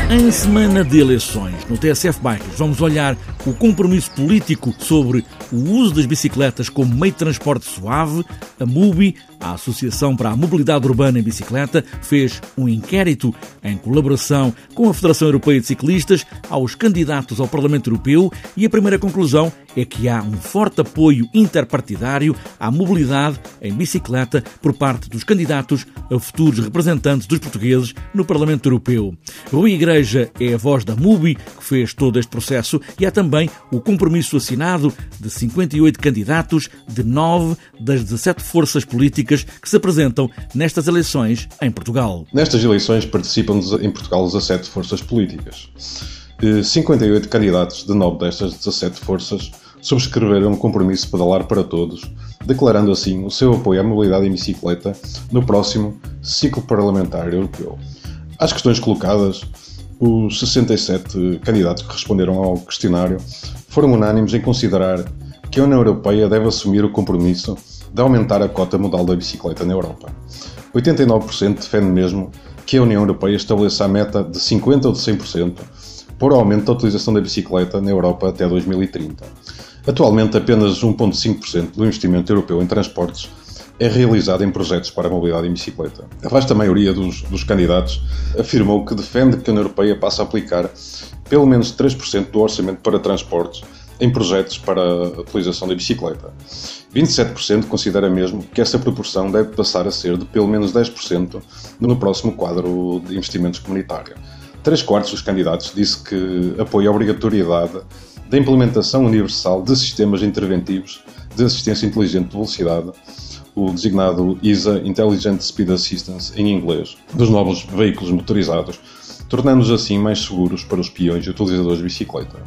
Em semana de eleições, no TSF Bikes, vamos olhar o compromisso político sobre o uso das bicicletas como meio de transporte suave. A MUBI, a Associação para a Mobilidade Urbana em Bicicleta, fez um inquérito em colaboração com a Federação Europeia de Ciclistas aos candidatos ao Parlamento Europeu e a primeira conclusão é que há um forte apoio interpartidário à mobilidade em bicicleta por parte dos candidatos a futuros representantes dos portugueses no Parlamento Europeu. Rui Igreja é a voz da MUBI que fez todo este processo e há também o compromisso assinado de 58 candidatos de 9 das 17 forças políticas que se apresentam nestas eleições em Portugal. Nestas eleições participam em Portugal 17 forças políticas. 58 candidatos de 9 destas 17 forças subscreveram um compromisso pedalar para todos, declarando assim o seu apoio à mobilidade em bicicleta no próximo ciclo parlamentar europeu. Às questões colocadas, os 67 candidatos que responderam ao questionário foram unânimes em considerar que a União Europeia deve assumir o compromisso de aumentar a cota modal da bicicleta na Europa. 89% defende mesmo que a União Europeia estabeleça a meta de 50% ou de 100% para o aumento da utilização da bicicleta na Europa até 2030. Atualmente, apenas 1,5% do investimento europeu em transportes é realizado em projetos para a mobilidade em bicicleta. A vasta maioria dos candidatos afirmou que defende que a União Europeia passe a aplicar pelo menos 3% do orçamento para transportes em projetos para a utilização da bicicleta. 27% considera mesmo que essa proporção deve passar a ser de pelo menos 10% no próximo quadro de investimentos comunitário. 3/4 dos candidatos disse que apoia a obrigatoriedade da implementação universal de sistemas interventivos de assistência inteligente de velocidade, o designado ISA, Intelligent Speed Assistance, em inglês, dos novos veículos motorizados, tornando-os assim mais seguros para os peões e utilizadores de bicicleta.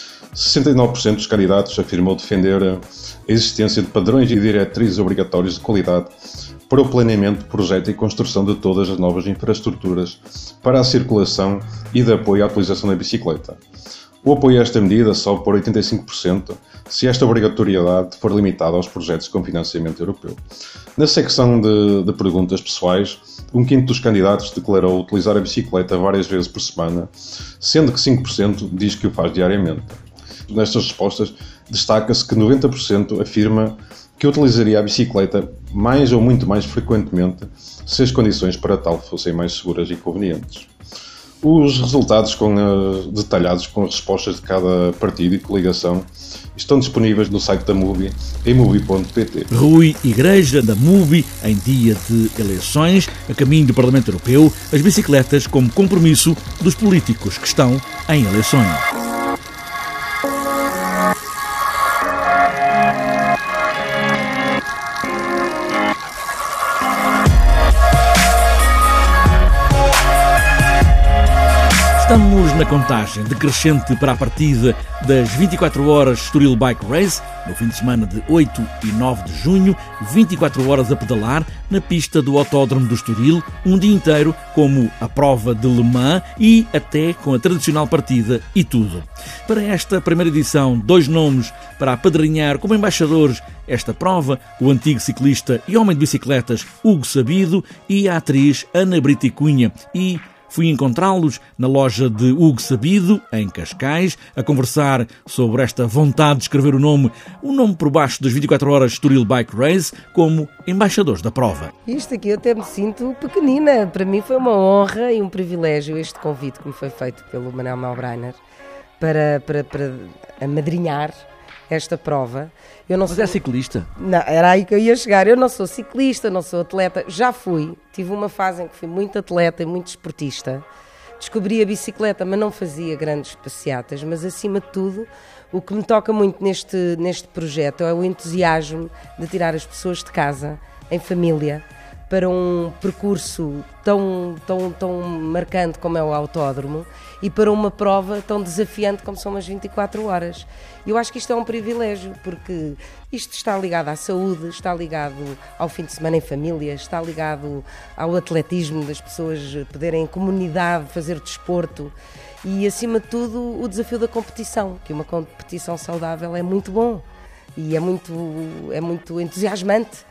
69% dos candidatos afirmou defender a existência de padrões e diretrizes obrigatórios de qualidade para o planeamento, projeto e construção de todas as novas infraestruturas para a circulação e de apoio à utilização da bicicleta. O apoio a esta medida sobe por 85% se esta obrigatoriedade for limitada aos projetos com financiamento europeu. Na secção de perguntas pessoais, 1/5 dos candidatos declarou utilizar a bicicleta várias vezes por semana, sendo que 5% diz que o faz diariamente. Nestas respostas, destaca-se que 90% afirma que utilizaria a bicicleta mais ou muito mais frequentemente se as condições para tal fossem mais seguras e convenientes. Os resultados detalhados com as respostas de cada partido e coligação estão disponíveis no site da MUBI, em mubi.pt. Rui Igreja, da MUBI, em dia de eleições, a caminho do Parlamento Europeu, as bicicletas como compromisso dos políticos que estão em eleições. Estamos na contagem decrescente para a partida das 24 horas Estoril Bike Race, no fim de semana de 8 e 9 de junho, 24 horas a pedalar na pista do Autódromo do Estoril, um dia inteiro, como a prova de Le Mans e até com a tradicional partida e tudo. Para esta primeira edição, 2 nomes para apadrinhar como embaixadores esta prova, o antigo ciclista e homem de bicicletas Hugo Sabido e a atriz Ana Brito e Cunha. E fui encontrá-los na loja de Hugo Sabido, em Cascais, a conversar sobre esta vontade de escrever o nome por baixo das 24 horas Estoril Bike Race, como embaixadores da prova. Isto aqui eu até me sinto pequenina. Para mim foi uma honra e um privilégio este convite que me foi feito pelo Manuel Melbreiner para amadrinhar esta prova. Mas é ciclista? Não, era aí que eu ia chegar. Eu não sou ciclista, não sou atleta. Já fui. Tive uma fase em que fui muito atleta e muito esportista. Descobri a bicicleta, mas não fazia grandes passeatas. Mas, acima de tudo, o que me toca muito neste projeto é o entusiasmo de tirar as pessoas de casa, em família, para um percurso tão marcante como é o autódromo e para uma prova tão desafiante como são as 24 horas. Eu acho que isto é um privilégio, porque isto está ligado à saúde, está ligado ao fim de semana em família, está ligado ao atletismo, das pessoas poderem em comunidade fazer desporto e, acima de tudo, o desafio da competição, que uma competição saudável é muito bom e é muito entusiasmante.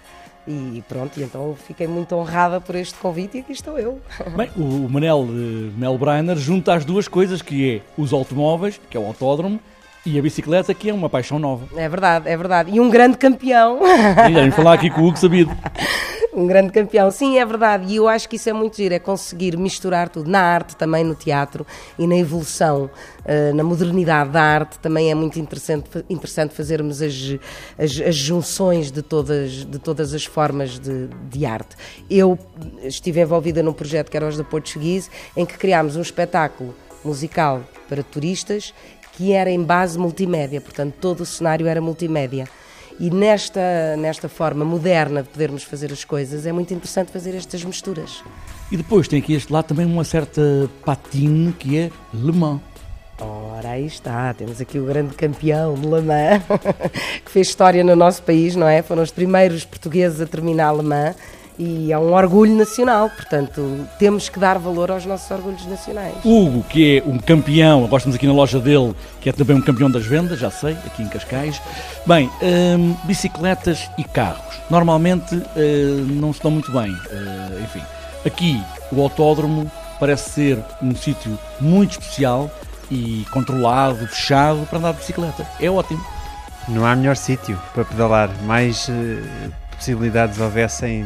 E pronto, e então fiquei muito honrada por este convite e aqui estou eu. Bem, o Manel Melbreiner junta as duas coisas, que é os automóveis, que é o autódromo, e a bicicleta, que é uma paixão nova. É verdade, é verdade. E um grande campeão. E vamos falar aqui com o Hugo Sabido. Um grande campeão, sim, é verdade. E eu acho que isso é muito giro, é conseguir misturar tudo na arte, também no teatro e na evolução, na modernidade da arte. Também é muito interessante fazermos as junções de todas as formas de arte. Eu estive envolvida num projeto que era os da Portuguese, em que criámos um espetáculo musical para turistas que era em base multimédia, portanto todo o cenário era multimédia. E nesta forma moderna de podermos fazer as coisas, é muito interessante fazer estas misturas. E depois tem aqui este lado também uma certa patine, que é Le Mans. Ora, aí está, temos aqui o grande campeão de Le Mans, que fez história no nosso país, não é? Foram os primeiros portugueses a terminar Le Mans. E é um orgulho nacional, portanto, temos que dar valor aos nossos orgulhos nacionais. Hugo, que é um campeão, agora estamos aqui na loja dele, que é também um campeão das vendas, já sei, aqui em Cascais. Bem, bicicletas e carros, normalmente não se dão muito bem, enfim. Aqui, o autódromo parece ser um sítio muito especial e controlado, fechado, para andar de bicicleta. É ótimo. Não há melhor sítio para pedalar, mais possibilidades houvessem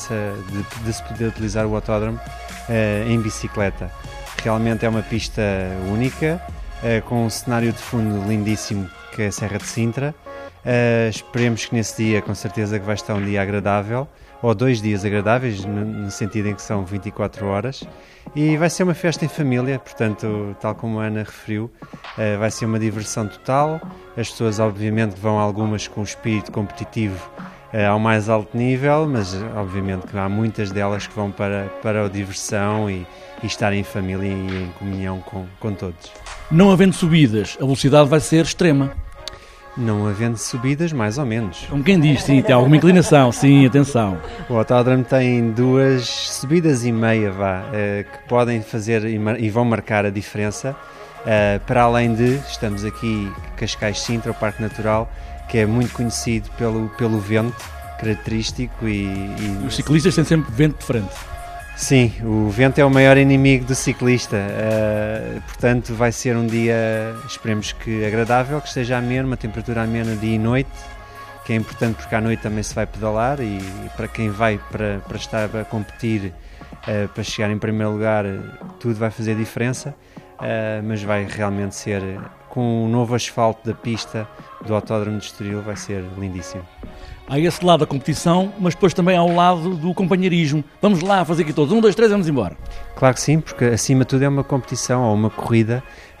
de se poder utilizar o autódromo em bicicleta. Realmente é uma pista única, com um cenário de fundo lindíssimo, que é a Serra de Sintra. Esperemos que nesse dia, com certeza, que vai estar um dia agradável, ou 2 dias agradáveis, no sentido em que são 24 horas, e vai ser uma festa em família, portanto, tal como a Ana referiu, vai ser uma diversão total. As pessoas, obviamente, vão algumas com o espírito competitivo ao mais alto nível, mas obviamente que há muitas delas que vão para a diversão e estar em família e em comunhão com todos. Não havendo subidas, a velocidade vai ser extrema. Não havendo subidas, mais ou menos. Como quem diz, sim, tem alguma inclinação, sim, atenção. O autódromo tem 2 subidas e meia, que podem fazer e vão marcar a diferença, para além de, estamos aqui, Cascais-Sintra, o Parque Natural, que é muito conhecido pelo vento característico e os ciclistas têm sempre vento de frente. Sim, o vento é o maior inimigo do ciclista, portanto vai ser um dia, esperemos que agradável, que esteja ameno, uma temperatura amena dia e noite, que é importante porque à noite também se vai pedalar e para quem vai para estar a competir, para chegar em primeiro lugar, tudo vai fazer diferença, mas vai realmente ser, com o novo asfalto da pista do Autódromo de Estoril, vai ser lindíssimo. Há esse lado da competição, mas depois também há o lado do companheirismo. Vamos lá fazer aqui todos. 1, 2, 3, vamos embora. Claro que sim, porque acima de tudo é uma competição ou uma corrida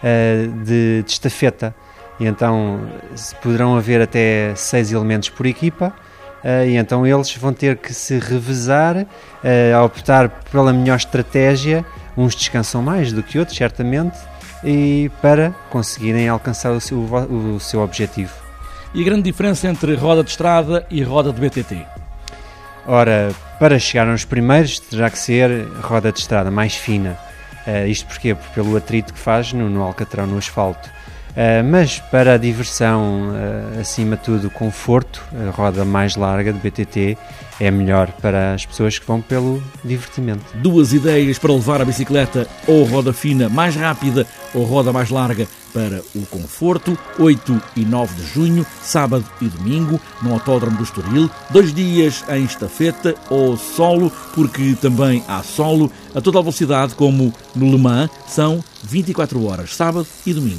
de estafeta. E então poderão haver até 6 elementos por equipa, e então eles vão ter que se revezar, a optar pela melhor estratégia. Uns descansam mais do que outros, certamente, e para conseguirem alcançar o seu objetivo. E a grande diferença entre roda de estrada e roda de BTT? Ora, para chegar aos primeiros terá que ser roda de estrada mais fina. Isto porquê? Pelo atrito que faz no alcatrão, no asfalto. Mas para a diversão, acima de tudo, conforto, a roda mais larga de BTT é melhor para as pessoas que vão pelo divertimento. 2 ideias para levar a bicicleta, ou roda fina mais rápida ou roda mais larga para o conforto. 8 e 9 de junho, sábado e domingo, no Autódromo do Estoril. 2 dias em estafeta ou solo, porque também há solo a toda a velocidade, como no Le Mans, são 24 horas, sábado e domingo.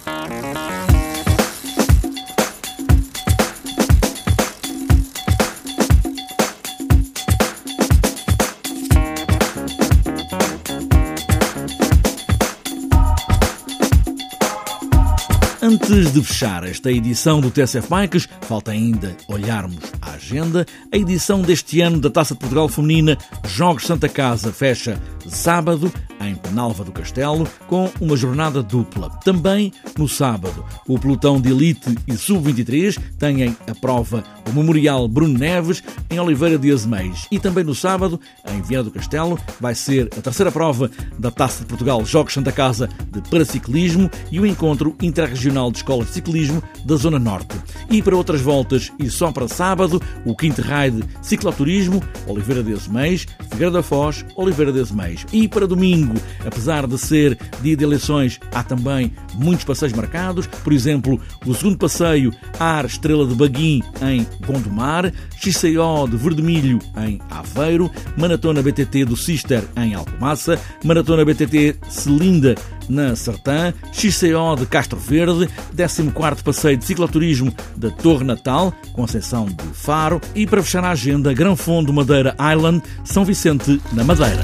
Antes de fechar esta edição do TSF Bikes, falta ainda olharmos a agenda. A edição deste ano da Taça de Portugal Feminina Jogos Santa Casa fecha sábado, em Penalva do Castelo, com uma jornada dupla. Também no sábado, o pelotão de elite e sub-23 têm a prova o Memorial Bruno Neves em Oliveira de Azeméis. E também no sábado, em Viana do Castelo, vai ser a terceira prova da Taça de Portugal Jogos Santa Casa de Paraciclismo e o encontro interregional de escolas de ciclismo da Zona Norte. E para outras voltas, e só para sábado, o quinto raio de cicloturismo, Oliveira de Azeméis, Figueira da Foz, Oliveira de Azeméis. E para domingo, apesar de ser dia de eleições, há também muitos passeios marcados. Por exemplo, o segundo passeio Ar Estrela de Baguim em Gondomar, XCO de Verdemilho em Aveiro, Maratona BTT do Cister em Alcomaça, Maratona BTT Celinda na Sertã, XCO de Castro Verde, 14º passeio de cicloturismo da Torre Natal, Conceição de Faro e, para fechar a agenda, Gran Fundo Madeira Island, São Vicente na Madeira.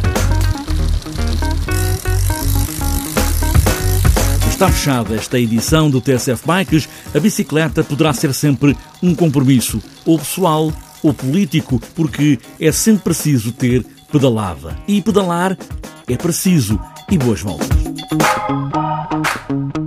Está fechada esta edição do TSF Bikes. A bicicleta poderá ser sempre um compromisso, ou pessoal ou político, porque é sempre preciso ter pedalada. E pedalar é preciso. E boas voltas.